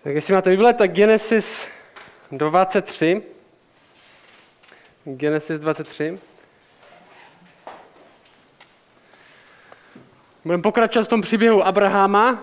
Tak jestli máte Bible, tak Genesis 23. Genesis 23. Budeme pokračovat v tom příběhu Abrahama,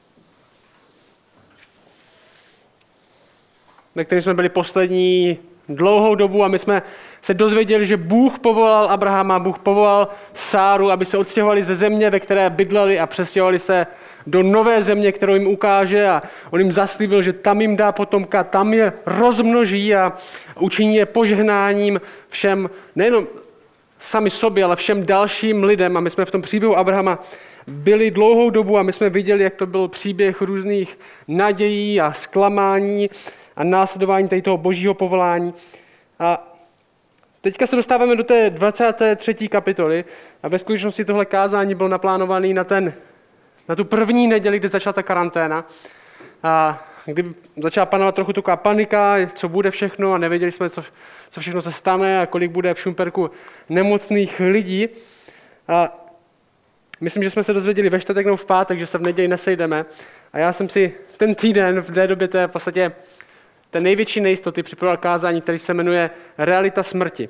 ve kterém jsme byli poslední dlouhou dobu a my jsme se dozvěděli, že Bůh povolal Abrahama, Bůh povolal Sáru, aby se odstěhovali ze země, ve které bydleli a přestěhovali se do nové země, kterou jim ukáže a on jim zaslíbil, že tam jim dá potomka, tam je rozmnoží a učiní je požehnáním všem, nejenom sami sobě, ale všem dalším lidem. A my jsme v tom příběhu Abrahama byli dlouhou dobu a my jsme viděli, jak to byl příběh různých nadějí a zklamání a následování toho božího povolání. A teďka se dostáváme do té 23. kapitoly a ve skutečnosti tohle kázání bylo naplánované na tu první neděli, kdy začala ta karanténa. A kdy začala panovat trochu taková panika, co bude všechno a nevěděli jsme, co všechno se stane a kolik bude v Šumperku nemocných lidí. A myslím, že jsme se dozvěděli ve čtvrtek nebo v pátek, že se v neděli nesejdeme. A já jsem si ten týden v té době, to je v podstatě ten největší nejistoty, připravil kázání, který se jmenuje Realita smrti.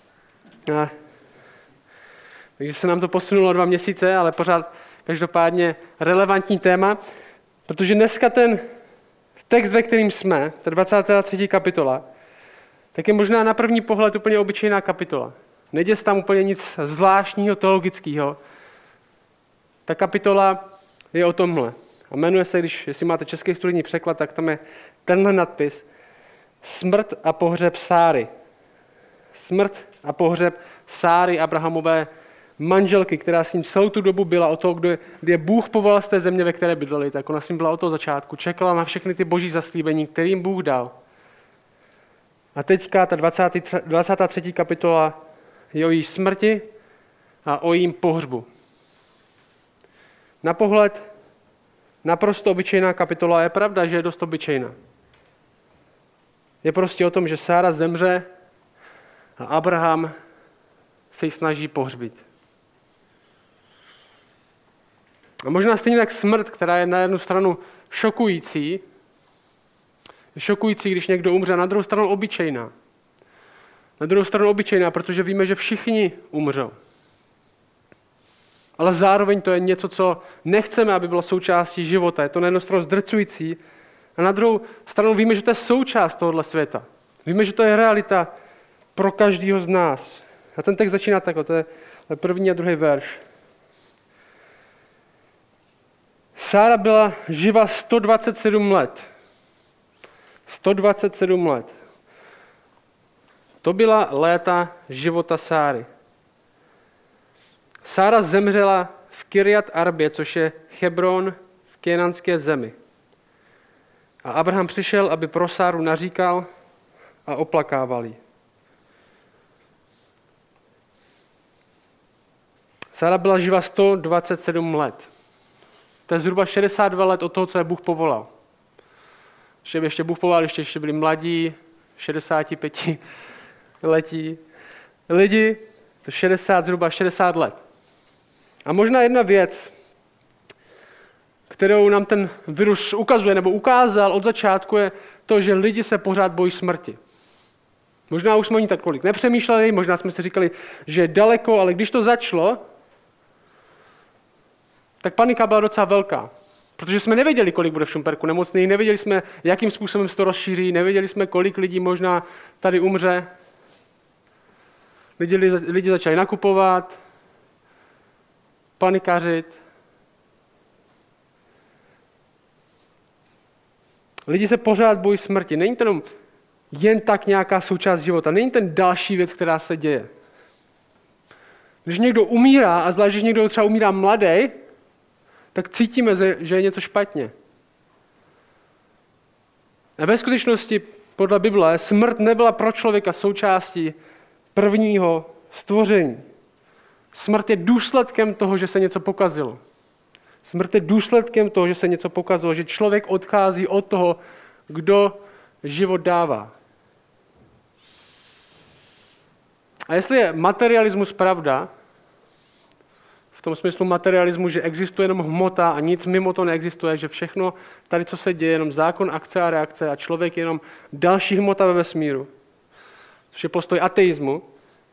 Takže se nám to posunulo 2 měsíce, ale pořád každopádně relevantní téma, protože dneska ten text, ve kterým jsme, ta 23. kapitola, tak je možná na první pohled úplně obyčejná kapitola. Neděje se tam úplně nic zvláštního, teologického. Ta kapitola je o tomhle. A jmenuje se, jestli máte český studijní překlad, tak tam je tenhle nadpis. Smrt a pohřeb Sáry. Smrt a pohřeb Sáry, Abrahamové manželky, která s ním celou tu dobu byla o toho, kdy je Bůh povolal z té země, ve které bydleli, tak ona s ním byla od toho začátku. Čekala na všechny ty boží zaslíbení, kterým Bůh dal. A teďka ta 23. kapitola je o její smrti a o jejím pohřbu. Na pohled naprosto obyčejná kapitola, je pravda, že je dost obyčejná. Je prostě o tom, že Sára zemře a Abraham se ji snaží pohřbít. A možná stejně tak smrt, která je na jednu stranu šokující, když někdo umře, a na druhou stranu obyčejná. Na druhou stranu obyčejná, protože víme, že všichni umřou. Ale zároveň to je něco, co nechceme, aby bylo součástí života. Je to na jednu stranu zdrcující, a na druhou stranu víme, že to je součást tohohle světa. Víme, že to je realita pro každého z nás. A ten text začíná takhle, to je první a druhý verš. Sára byla živa 127 let. 127 let. To byla léta života Sáry. Sára zemřela v Kirjat Arbě, což je Hebron v kénanské zemi. A Abraham přišel, aby pro Sáru naříkal a oplakával ji. Sára byla živa 127 let. To je zhruba 62 let od toho, co je Bůh povolal. Ještě Bůh povolal, ještě byli mladí, 65 letí lidi, to zhruba 60 let. A možná jedna věc, kterou nám ten virus ukazuje nebo ukázal od začátku, je to, že lidi se pořád bojí smrti. Možná už jsme o ní tak tolik nepřemýšleli, možná jsme si říkali, že je daleko, ale když to začalo, tak panika byla docela velká. Protože jsme nevěděli, kolik bude v Šumperku nemocných, nevěděli jsme, jakým způsobem se to rozšíří, nevěděli jsme, kolik lidí možná tady umře. Lidi začali nakupovat, panikařit. Lidi se pořád bojí smrti. Není to jenom jen tak nějaká součást života. Není ten další věc, která se děje. Když někdo umírá, a zvlášť, když někdo třeba umírá mladý, tak cítíme, že je něco špatně. A ve skutečnosti, podle Bible, smrt nebyla pro člověka součástí prvního stvoření. Smrt je důsledkem toho, že se něco pokazilo. Smrt je důsledkem toho, že se něco pokazilo, že člověk odchází od toho, kdo život dává. A jestli je materialismus pravda, v tom smyslu materialismu, že existuje jenom hmota a nic mimo to neexistuje, že všechno tady, co se děje, jenom zákon, akce a reakce a člověk je jenom další hmota ve vesmíru. Což je postoj ateismu,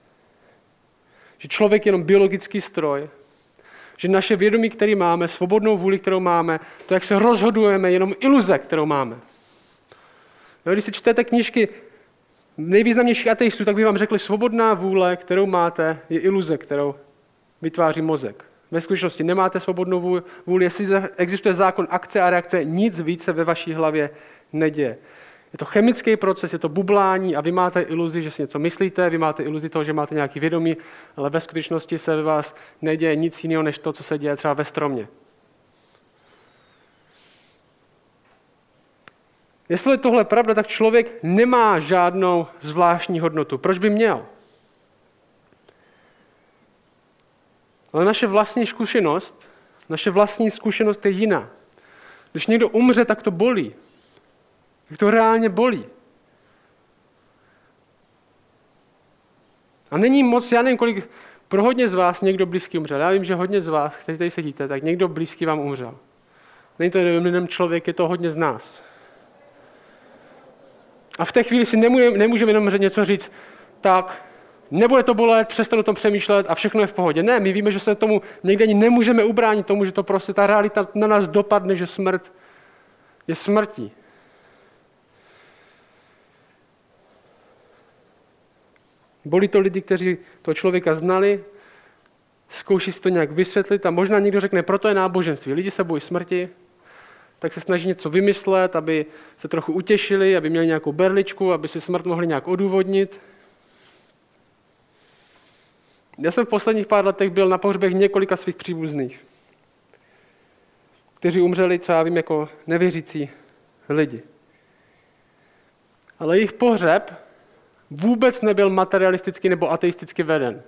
že člověk je jenom biologický stroj, že naše vědomí, který máme, svobodnou vůli, kterou máme, to, jak se rozhodujeme, je jenom iluze, kterou máme. No, když si čtete knížky nejvýznamnějších ateistů, tak by vám řekli, svobodná vůle, kterou máte, je iluze, kterou vytváří mozek. Ve skutečnosti nemáte svobodnou vůli, jestli existuje zákon akce a reakce, nic více ve vaší hlavě neděje. Je to chemický proces, je to bublání a vy máte iluzi, že si něco myslíte, vy máte iluzi toho, že máte nějaký vědomí, ale ve skutečnosti se ve vás neděje nic jiného, než to, co se děje třeba ve stromě. Jestli je tohle pravda, tak člověk nemá žádnou zvláštní hodnotu. Proč by měl? Ale naše vlastní zkušenost je jiná. Když někdo umře, tak to bolí. Tak to reálně bolí. A není moc, já nevím, kolik, pro hodně z vás někdo blízký umřel. Já vím, že hodně z vás, kteří tady sedíte, tak někdo blízký vám umřel. Není to jenom člověk, je to hodně z nás. A v té chvíli si nemůžeme jenom něco říct, tak nebude to bolet, přestanu o tom přemýšlet a všechno je v pohodě. Ne, my víme, že se tomu někde ani nemůžeme ubránit tomu, že to prostě ta realita na nás dopadne, že smrt je smrtí. Bolí to lidi, kteří toho člověka znali, zkouší si to nějak vysvětlit a možná někdo řekne, proto je náboženství. Lidi se bojí smrti, tak se snaží něco vymyslet, aby se trochu utěšili, aby měli nějakou berličku, aby si smrt mohli nějak odůvodnit. Já jsem v posledních pár letech byl na pohřbech několika svých příbuzných, kteří umřeli třeba, vím, jako nevěřící lidi. Ale jejich pohřeb vůbec nebyl materialisticky nebo ateisticky veden.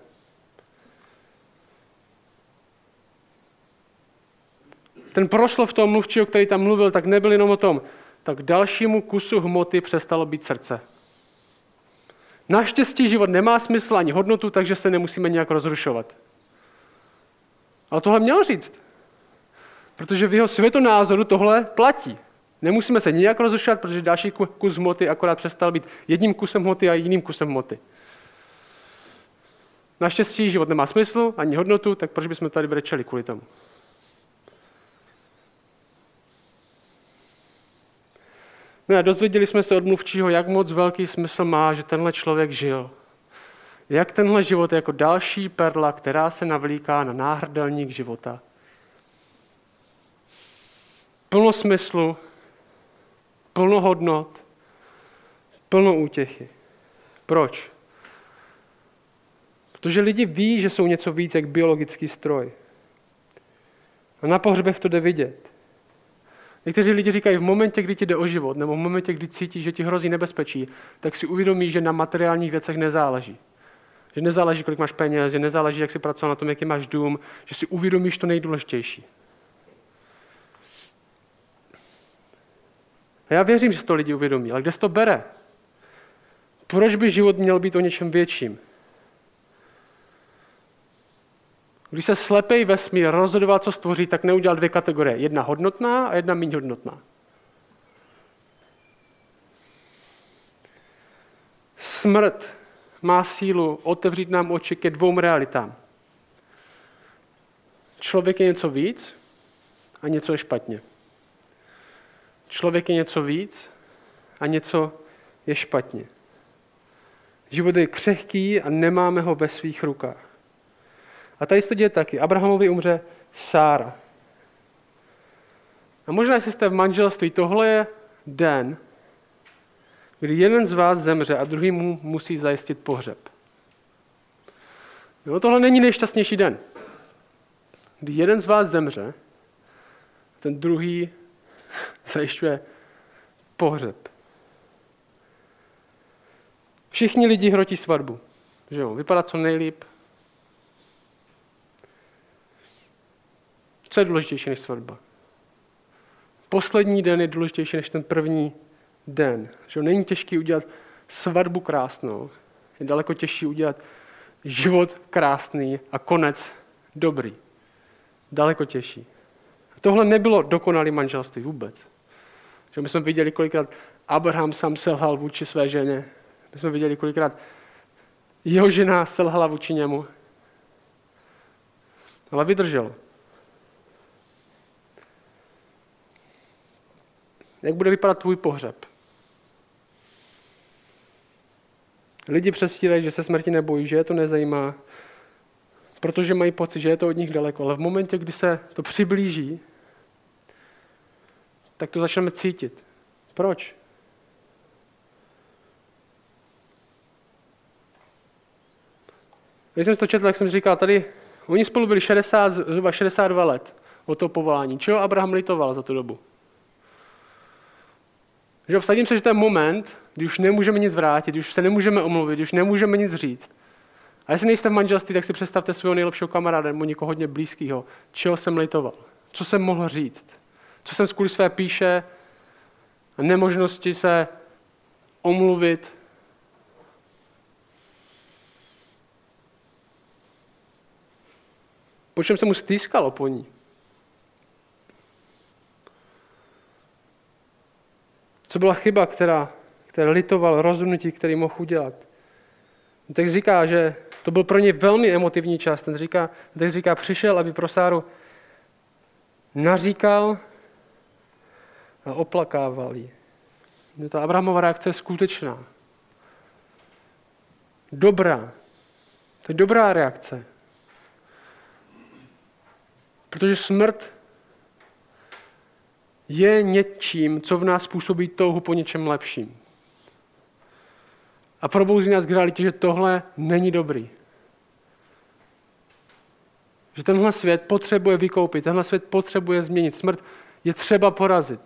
Ten proslov toho mluvčího, který tam mluvil, tak nebyl jenom o tom, tak dalšímu kusu hmoty přestalo být srdce. Naštěstí život nemá smysl ani hodnotu, takže se nemusíme nějak rozrušovat. Ale tohle měl říct. Protože v jeho světonázoru tohle platí. Nemusíme se nijak rozrušovat, protože další kus hmoty akorát přestal být jedním kusem hmoty a jiným kusem hmoty. Naštěstí život nemá smysl ani hodnotu, tak proč bychom tady brečeli kvůli tomu? No a dozvěděli jsme se od mluvčího, jak moc velký smysl má, že tenhle člověk žil. Jak tenhle život je jako další perla, která se navlíká na náhrdelník života. Plno smyslu, plno hodnot, plno útěchy. Proč? Protože lidi ví, že jsou něco víc jak biologický stroj. A na pohřbech to jde vidět. Někteří lidi říkají, v momentě, kdy ti jde o život, nebo v momentě, kdy cítí, že ti hrozí nebezpečí, tak si uvědomí, že na materiálních věcech nezáleží. Že nezáleží, kolik máš peněz, že nezáleží, jak jsi pracoval na tom, jaký máš dům, že si uvědomíš to nejdůležitější. A já věřím, že se to lidi uvědomí, ale kde se to bere? Proč by život měl být o něčem větším? Když se slepej vesmír rozhodoval, co stvoří, tak neudělal dvě kategorie. Jedna hodnotná a jedna méně hodnotná. Smrt má sílu otevřít nám oči ke dvou realitám. Člověk je něco víc a něco je špatně. Člověk je něco víc a něco je špatně. Život je křehký a nemáme ho ve svých rukách. A tady se to děje taky. Abrahamovi umře Sára. A možná, jestli jste v manželství, tohle je den, kdy jeden z vás zemře a druhý mu musí zajistit pohřeb. No, tohle není nejšťastnější den. Kdy jeden z vás zemře, ten druhý zajišťuje pohřeb. Všichni lidi hrotí svatbu. Že jo? Vypadá co nejlíp. Co je důležitější než svatba? Poslední den je důležitější než ten první den. Že není těžký udělat svatbu krásnou. Je daleko těžší udělat život krásný a konec dobrý. daleko těžší. Tohle nebylo dokonalé manželství vůbec. Že my jsme viděli, kolikrát Abraham sám selhal vůči své ženě. My jsme viděli, kolikrát jeho žena selhala vůči němu. Ale vydržel. Jak bude vypadat tvůj pohřeb? Lidi předstírají, že se smrti nebojí, že je to nezajímá, protože mají pocit, že je to od nich daleko. Ale v momentě, kdy se to přiblíží, tak to začneme cítit. Proč? Když jsem to četl, jak jsem říkal, tady oni spolu byli zhruba 62 let od toho povolání. Čeho Abraham litoval za tu dobu? Že vsadím se, že to je moment, kdy už nemůžeme nic vrátit, kdy už se nemůžeme omluvit, kdy už nemůžeme nic říct. A jestli nejste v manželství, tak si představte svého nejlepšího kamaráda nebo někoho hodně blízkého. Čeho jsem litoval? Co jsem mohl říct? Co jsem kvůli své píše a nemožnosti se omluvit? Po čem se mu stýskalo po ní? Co byla chyba, která litoval, rozhodnutí, který mohl udělat? Tak říká, že to byl pro něj velmi emotivní čas. Ten říká, přišel, aby pro Sáru naříkal a oplakával ji. Ta Abrahamova reakce je skutečná. Dobrá. To je dobrá reakce. Protože smrt je něčím, co v nás způsobí touhu po něčem lepším. A probouzí nás k realitě, že tohle není dobrý. Že tenhle svět potřebuje vykoupit, tenhle svět potřebuje změnit. Smrt je třeba porazit.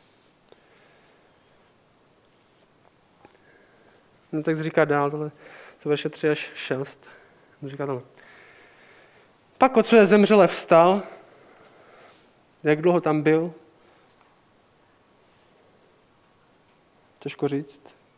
No tak říká dál, tohle, co verše 3 až 6. Říká tohle. Pak od své zemřelé vstal, jak dlouho tam byl, těžko říct.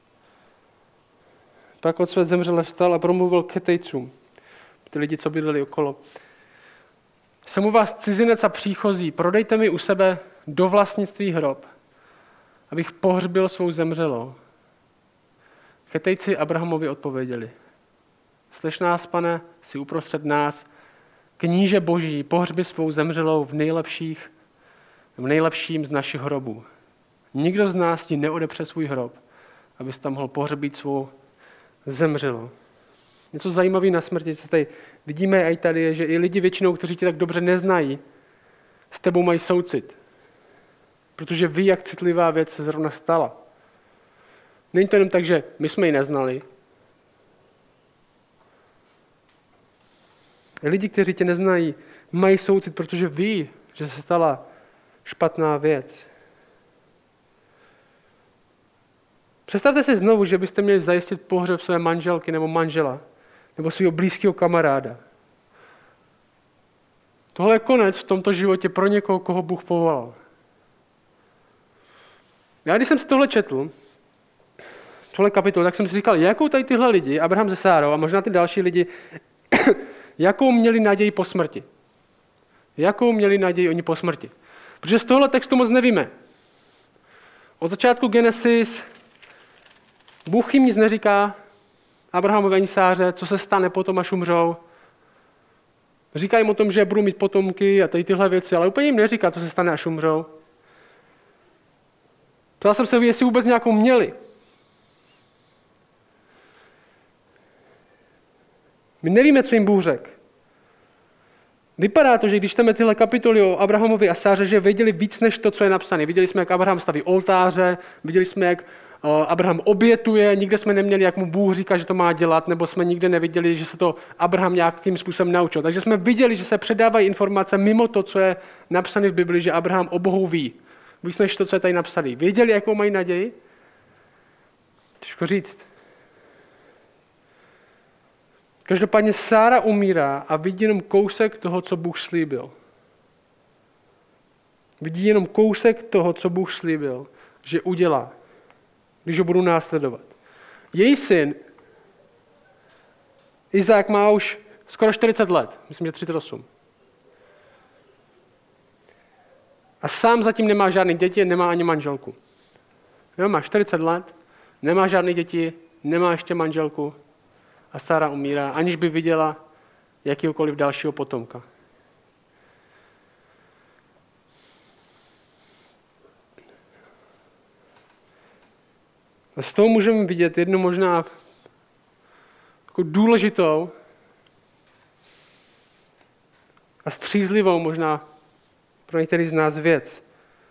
Pak od své zemřelé vstal a promluvil k Hetejcům, ty lidi, co bydleli okolo. Jsem u vás cizinec a příchozí, prodejte mi u sebe do vlastnictví hrob, abych pohřbil svou zemřelou. Chetejci Abrahamovi odpověděli. Slyš nás, pane, jsi uprostřed nás, kníže boží, pohřbi svou zemřelou v nejlepším z našich hrobů. Nikdo z nás ti neodepře svůj hrob, abys tam mohl pohřbít svou zemřelou. Něco zajímavé na smrti, co tady vidíme i tady, je, že i lidi většinou, kteří tě tak dobře neznají, s tebou mají soucit. Protože ví, jak citlivá věc se zrovna stala. Není to jenom tak, že my jsme ji neznali. Lidi, kteří tě neznají, mají soucit, protože ví, že se stala špatná věc. Představte si znovu, že byste měli zajistit pohřeb své manželky nebo manžela, nebo svého blízkého kamaráda. Tohle je konec v tomto životě pro někoho, koho Bůh povolal. Já když jsem si tohle četl, tohle kapitolu, tak jsem si říkal, jakou tady tyhle lidi, Abraham se Sárou a možná ty další lidi, jakou měli naději po smrti. Jakou měli naději oni po smrti. Protože z tohle textu moc nevíme. Od začátku Genesis Bůh jim nic neříká, Abrahamovi ani Sáře, co se stane potom, až umřou. Říká jim o tom, že budou mít potomky a tady tyhle věci, ale úplně jim neříká, co se stane, až umřou. Ptal jsem se, jestli vůbec nějakou měli. My nevíme, co jim Bůh řekl. Vypadá to, že když čteme tyhle kapitoly o Abrahamovi a Sáře, že věděli víc než to, co je napsané. Viděli jsme, jak Abraham staví oltáře, viděli jsme, jak Abraham obětuje, nikde jsme neměli, jak mu Bůh říká, že to má dělat, nebo jsme nikde neviděli, že se to Abraham nějakým způsobem naučil. Takže jsme viděli, že se předávají informace mimo to, co je napsané v Bibli, že Abraham o Bohu ví. Víc než to, co je tady napsané. Věděli, jakou mají naději? Těžko říct. Každopádně Sára umírá a vidí jenom kousek toho, co Bůh slíbil. Vidí jenom kousek toho, co Bůh slíbil, že udělá, když ho budu následovat. Její syn, Izák, má už skoro 40 let, myslím, že 38. A sám zatím nemá žádný děti, nemá ani manželku. Jo, má 40 let, nemá žádné děti, nemá ještě manželku a Sára umírá, aniž by viděla jakýkoliv dalšího potomka. A z toho můžeme vidět jednu možná jako důležitou a střízlivou možná pro některý z nás věc.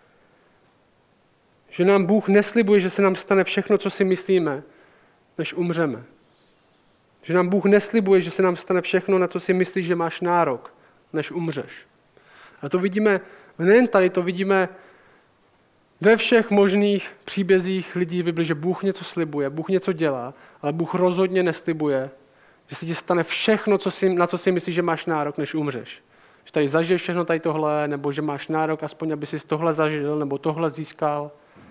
Že nám Bůh neslibuje, že se nám stane všechno, co si myslíme, než umřeme. Že nám Bůh neslibuje, že se nám stane všechno, na co si myslíš, že máš nárok, než umřeš. A to vidíme, nejen tady, to vidíme ve všech možných příbězích lidí v Bibli, že Bůh něco slibuje, Bůh něco dělá, ale Bůh rozhodně neslibuje, že se ti stane všechno, na co si myslíš, že máš nárok, než umřeš. Že tady zažiješ všechno tady tohle, nebo že máš nárok aspoň, aby jsi tohle zažil, nebo tohle získal.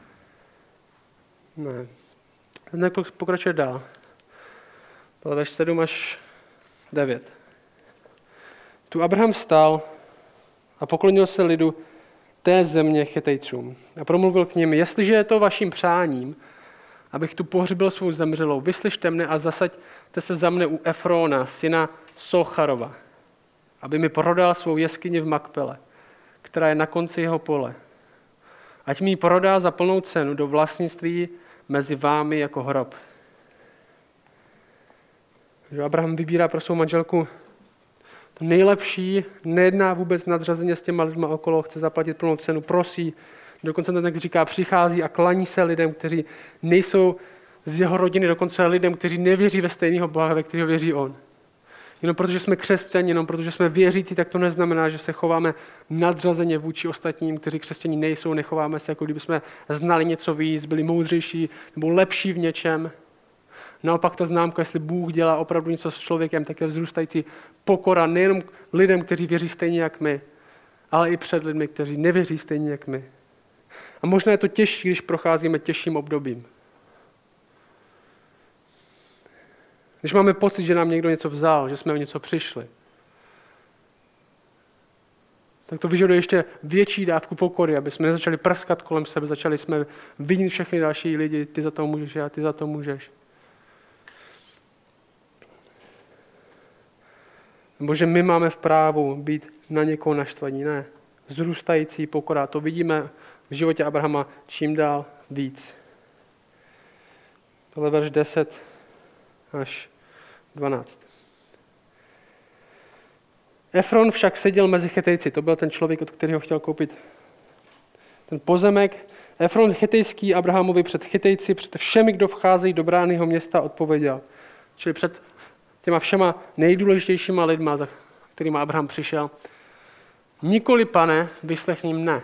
Ne. Hned pokračuje dál. Tohle verš 7 až 9. Tu Abraham vstal a poklonil se lidu té země Chetejcům a promluvil k nim, jestliže je to vaším přáním, abych tu pohřbil svou zemřelou, vyslyšte mne a zasaďte se za mne u Efrona, syna Socharova, aby mi prodal svou jeskyni v Makpele, která je na konci jeho pole. Ať mi ji prodá za plnou cenu do vlastnictví mezi vámi jako hrob. Že Abraham vybírá pro svou manželku to nejlepší, nejedná vůbec nadřazeně s těma lidma okolo, chce zaplatit plnou cenu, prosí. Dokonce ten text říká, přichází a klaní se lidem, kteří nejsou z jeho rodiny, dokonce lidem, kteří nevěří ve stejného Boha, ve kterého věří on. Jenom protože jsme křesťani, jenom protože jsme věřící, tak to neznamená, že se chováme nadřazeně vůči ostatním, kteří křesťani nejsou, nechováme se, jako kdyby jsme znali něco víc, byli moudřejší nebo lepší v něčem. Naopak ta známka, jestli Bůh dělá opravdu něco s člověkem, tak je vzrůstající pokora nejenom lidem, kteří věří stejně jak my, ale i před lidmi, kteří nevěří stejně jak my. A možná je to těžší, když procházíme těžším obdobím. Když máme pocit, že nám někdo něco vzal, že jsme o něco přišli, tak to vyžaduje ještě větší dávku pokory, aby jsme nezačali prskat kolem sebe, začali jsme vinit všechny další lidi, ty za to můžeš a ty za to můžeš. Nebo že my máme v právu být na někoho naštvaní. Ne. Vzrůstající pokora. To vidíme v životě Abrahama čím dál víc. Tohle verš 10 až 12. Efron však seděl mezi Chetejci. To byl ten člověk, od kterého chtěl koupit ten pozemek. Efron Chetejský Abrahamovi před Chetejci, před všemi, kdo vcházejí do brány jeho města, odpověděl. Čili před těma všema nejdůležitějšíma lidma, za kterýma Abraham přišel. Nikoli, pane, vyslechni mne.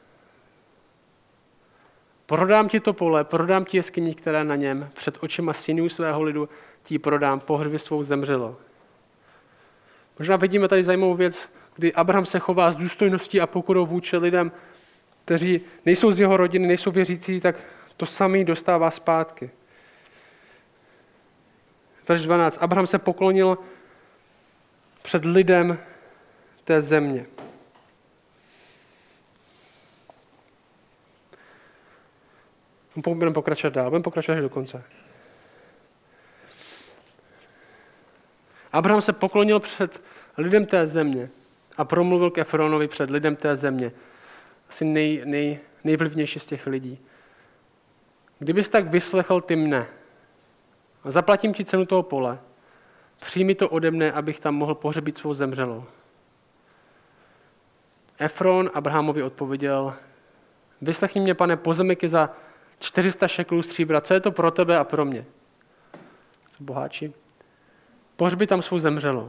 Prodám ti to pole, prodám ti jeskyni, které na něm, před očima synů svého lidu ti prodám, pohřbi svou zemřelou. Možná vidíme tady zajímavou věc, kdy Abraham se chová s důstojností a pokorou vůči lidem, kteří nejsou z jeho rodiny, nejsou věřící, tak to samý dostává zpátky. Verš 12. Abraham se poklonil před lidem té země. Budeme pokračovat dál, budeme pokračovat až do konce. Abraham se poklonil před lidem té země a promluvil k Efronovi před lidem té země. Asi nejvlivnější z těch lidí. Kdybys tak vyslechl ty mne, a zaplatím ti cenu toho pole, přijmi to ode mne, abych tam mohl pohřbít svou zemřelou. Efron Abrahamovi odpověděl, vyslechni mě, pane, pozemek je za 400 šeklů stříbra, co je to pro tebe a pro mě? Boháči. Pohřbi tam svou zemřelou.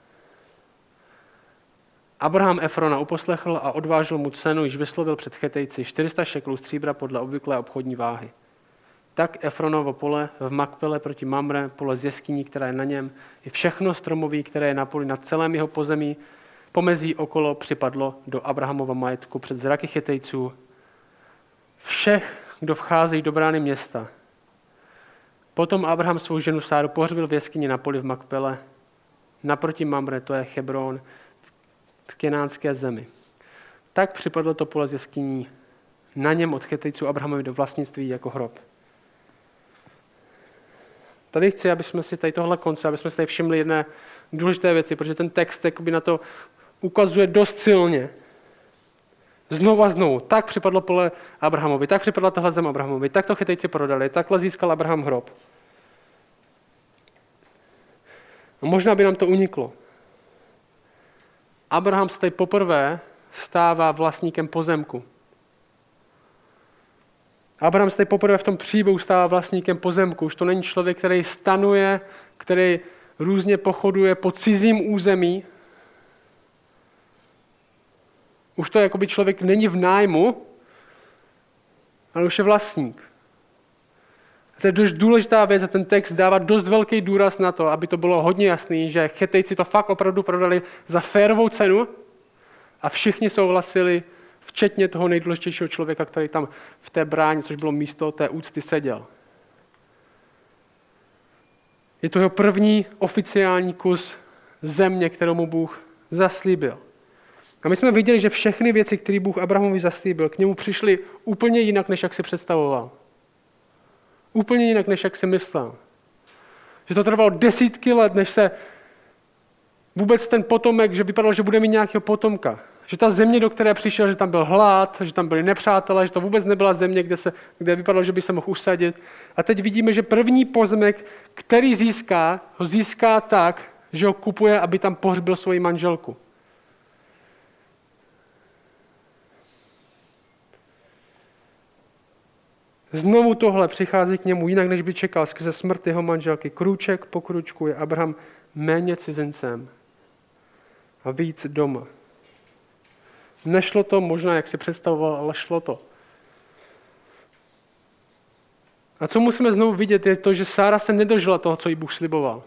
Abraham Efrona uposlechl a odvážil mu cenu, již vyslovil před Chetejci 400 šeklů stříbra podle obvyklé obchodní váhy. Tak Efronovo pole v Makpele proti Mamre, pole z jeskyní, která je na něm, i všechno stromoví, které je na poli nad celém jeho pozemí, pomezí okolo připadlo do Abrahamova majetku před zraky Chetejců. Všech, kdo vcházejí do brány města. Potom Abraham svou ženu Sáru pohřbil v jeskyni na poli v Makpele, naproti Mamre, to je Hebron, v kenánské zemi. tak připadlo to pole z jeskyní na něm od Chetejců Abrahamovi do vlastnictví jako hrob. Tady chci, aby jsme si tady tohle konce, aby jsme si tady všimli jedné důležité věci, protože ten text na to ukazuje dost silně. Znovu a znovu. Tak připadlo pole Abrahamovi, tak připadla tahle zem Abrahamovi, tak to Chetejci prodali, takhle získal Abraham hrob. A možná by nám to uniklo. Abraham se tady poprvé stává vlastníkem pozemku. Abraham se tady poprvé v tom příběhu stává vlastníkem pozemku. Už to není člověk, který stanuje, který různě pochoduje po cizím území. Už to jakoby člověk není v nájmu, ale už je vlastník. A to je dost důležitá věc a ten text dává dost velký důraz na to, aby to bylo hodně jasný, že Chetejci to fakt opravdu prodali za férovou cenu a všichni souhlasili, včetně toho nejdůležitějšího člověka, který tam v té bráně, což bylo místo té úcty, seděl. Je to jeho první oficiální kus země, kterou mu Bůh zaslíbil. A my jsme viděli, že všechny věci, které Bůh Abrahamovi zaslíbil, k němu přišly úplně jinak, než jak si představoval. Úplně jinak, než jak si myslel. Že to trvalo desítky let, než se vůbec ten potomek, že vypadalo, že bude mít nějakého potomka. Že ta země, do které přišel, že tam byl hlad, že tam byli nepřátelé, že to vůbec nebyla země, kde vypadalo, že by se mohl usadit. A teď vidíme, že první pozemek, který získá, ho získá tak, že ho kupuje, aby tam pohřbil svoji manželku. Znovu tohle přichází k němu jinak, než by čekal, skrze smrt jeho manželky. Krůček po krůčku je Abraham méně cizincem a víc doma. Nešlo to možná, jak si představoval, ale šlo to. A co musíme znovu vidět, je to, že Sára se nedožila toho, co jí Bůh sliboval.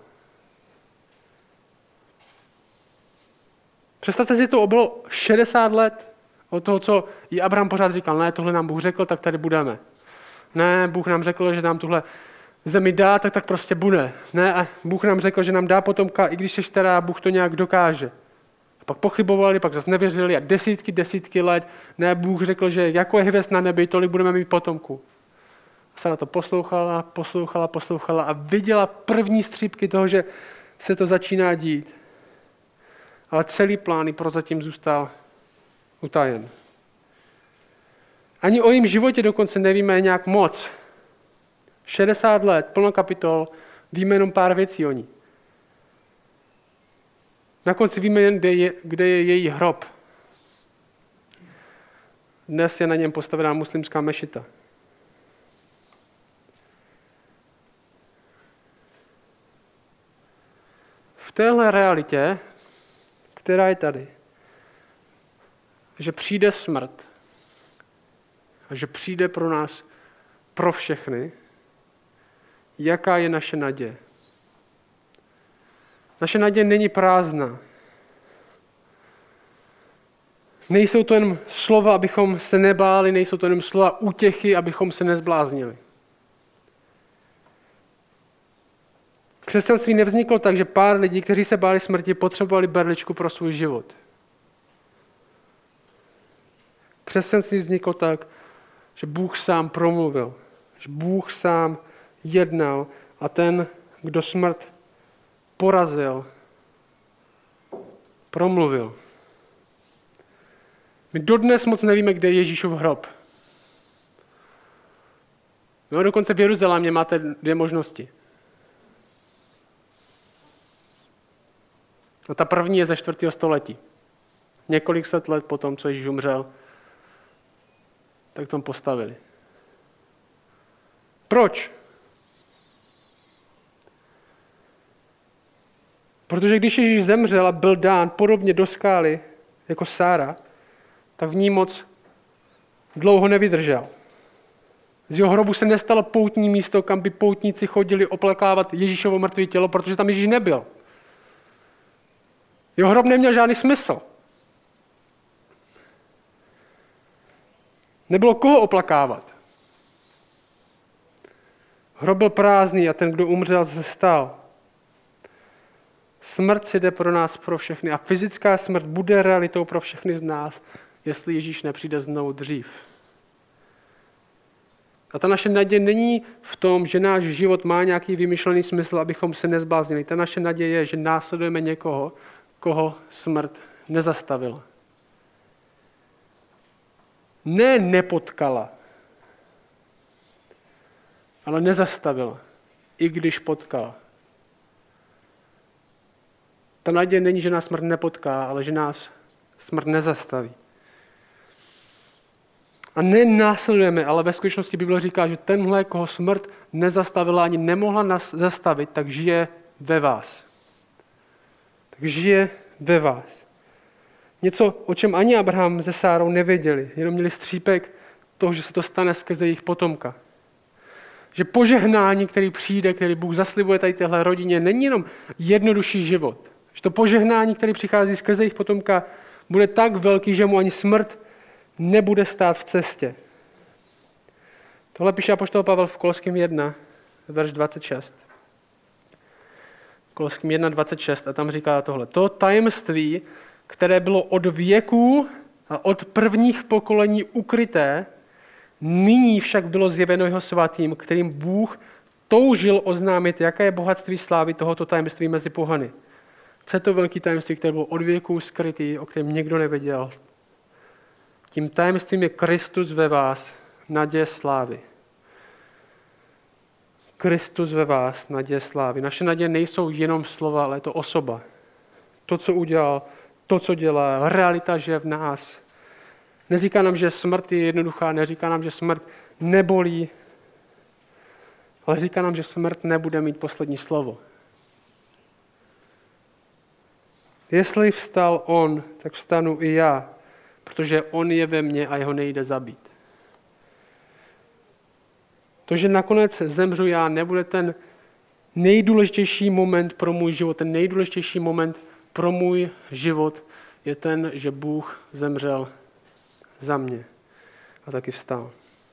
Představte si, to bylo 60 let od toho, co jí Abraham pořád říkal, ne, tohle nám Bůh řekl, tak tady budeme. Ne, Bůh nám řekl, že nám tuhle zemi dá, tak prostě bude. Ne, a Bůh nám řekl, že nám dá potomka, i když jsi stará, Bůh to nějak dokáže. A pak pochybovali, pak zase nevěřili a desítky let. Ne, Bůh řekl, že jako je hvězd na nebi, tolik budeme mít potomků. A Sara to poslouchala a viděla první střípky toho, že se to začíná dít. Ale celý plán prozatím zůstal utajen. Ani o jejím životě dokonce nevíme nějak moc. 60 let, plno kapitol, víme jenom pár věcí o ní. Na konci víme jen, kde je její hrob. Dnes je na něm postavená muslimská mešita. V téhle realitě, která je tady, že přijde smrt a že přijde pro nás, pro všechny, jaká je naše naděje? Naše naděje není prázdná. Nejsou to jen slova, abychom se nebáli, nejsou to jen slova útěchy, abychom se nezbláznili. Křesťanství nevzniklo tak, že pár lidí, kteří se báli smrti, potřebovali berličku pro svůj život. Křesťanství vzniklo tak, že Bůh sám promluvil, že Bůh sám jednal a ten, kdo smrt porazil, promluvil. My dodnes moc nevíme, kde je Ježíšův hrob. No, dokonce v Jeruzalémě máte 2 možnosti. A ta první je ze 4. století. Několik set let po tom, co Ježíš umřel, tak tam postavili. Proč? Protože když Ježíš zemřel a byl dán podobně do skály jako Sára, tak v ní moc dlouho nevydržel. Z jeho hrobu se nestalo poutní místo, kam by poutníci chodili oplakávat Ježíšovo mrtvé tělo, protože tam Ježíš nebyl. Jeho hrob neměl žádný smysl. Nebylo koho oplakávat. Hrob byl prázdný a ten, kdo umřel, se stal. Smrt si jde pro nás, pro všechny a fyzická smrt bude realitou pro všechny z nás jestli Ježíš nepřijde znovu dřív. A ta naše naděje není v tom, že náš život má nějaký vymyšlený smysl, abychom se nezbláznili. Ta naše naděje je, že následujeme někoho, koho smrt nezastavila. Ne nepotkala, ale nezastavila, i když potkala. Ta naděje není, že nás smrt nepotká, ale že nás smrt nezastaví. A nenásledujeme, ale ve skutečnosti Bible říká, že tenhle, koho smrt nezastavila ani nemohla nás zastavit, tak žije ve vás. Tak žije ve vás. Něco, o čem ani Abraham se Sárou nevěděli, jenom měli střípek toho, že se to stane skrze jejich potomka. Že požehnání, který přijde, který Bůh zaslibuje tady téhle rodině, není jenom jednodušší život. Že to požehnání, který přichází skrze jejich potomka, bude tak velký, že mu ani smrt nebude stát v cestě. Tohle píše apoštol Pavel v Koloským 1, verš 26. Koloským 1, 26 a tam říká tohle. To tajemství, které bylo od věků a od prvních pokolení ukryté, nyní však bylo zjeveno jeho svatým, kterým Bůh toužil oznámit, jaké je bohatství slávy tohoto tajemství mezi pohany. Co je to velké tajemství, které bylo od věků skrytý, o kterém nikdo nevěděl? Tím tajemstvím je Kristus ve vás, naděje slávy. Kristus ve vás, naděje slávy. Naše naděje nejsou jenom slova, ale je to osoba. To, co udělal, to, co dělá, realita žije v nás. Neříká nám, že smrt je jednoduchá, neříká nám, že smrt nebolí, ale říká nám, že smrt nebude mít poslední slovo. Jestli vstal on, tak vstanu i já, protože on je ve mně a jeho nejde zabít. To, že nakonec zemřu já, nebude ten nejdůležitější moment pro můj život. Ten nejdůležitější moment pro můj život je ten, že Bůh zemřel za mě a taky vstal.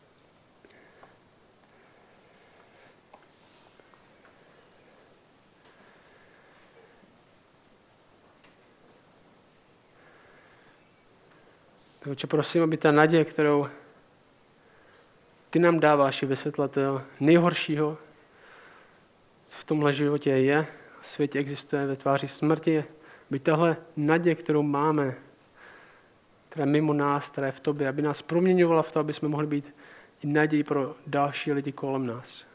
Takže prosím, aby ta naděje, kterou ty nám dáváš, je vysvětlitel nejhoršího, co v tomhle životě je, v světě existuje ve tváři smrti, aby tahle naděje, kterou máme, která je mimo nás, která je v tobě, aby nás proměňovala v to, aby jsme mohli být i naději pro další lidi kolem nás.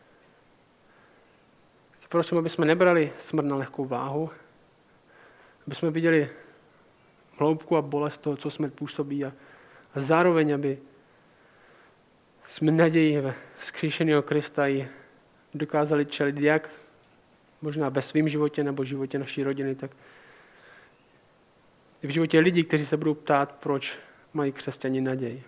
Prosím, aby jsme nebrali smrt na lehkou váhu, aby jsme viděli hloubku a bolest toho, co smrt působí a zároveň, aby jsme naději ve vzkříšeného Krista i dokázali čelit jak možná ve svém životě nebo v životě naší rodiny, tak i v životě lidí, kteří se budou ptát, proč mají křesťani naději.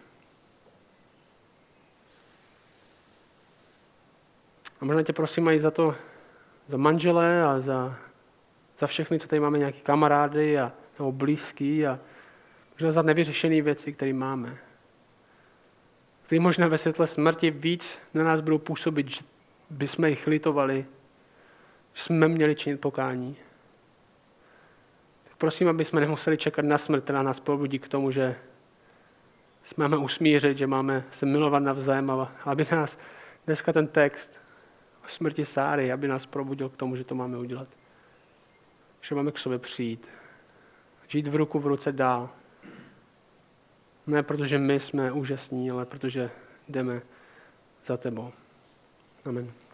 A možná tě prosím i za to, za manžele a za všechny, co tady máme, nějaký kamarády nebo blízký a možná za nevyřešené věci, které máme. Které možná ve světle smrti víc na nás budou působit, že bychom jich litovali, že jsme měli činit pokání. Tak prosím, aby jsme nemuseli čekat na smrt, která nás pobudí k tomu, že jsme máme usmířit, že máme se milovat navzájem, a aby nás dneska ten text o smrti Sáry, aby nás probudil k tomu, že to máme udělat. Že máme k sobě přijít. Žít v ruku v ruce dál. Ne protože my jsme úžasní, ale protože jdeme za tebou. Amen.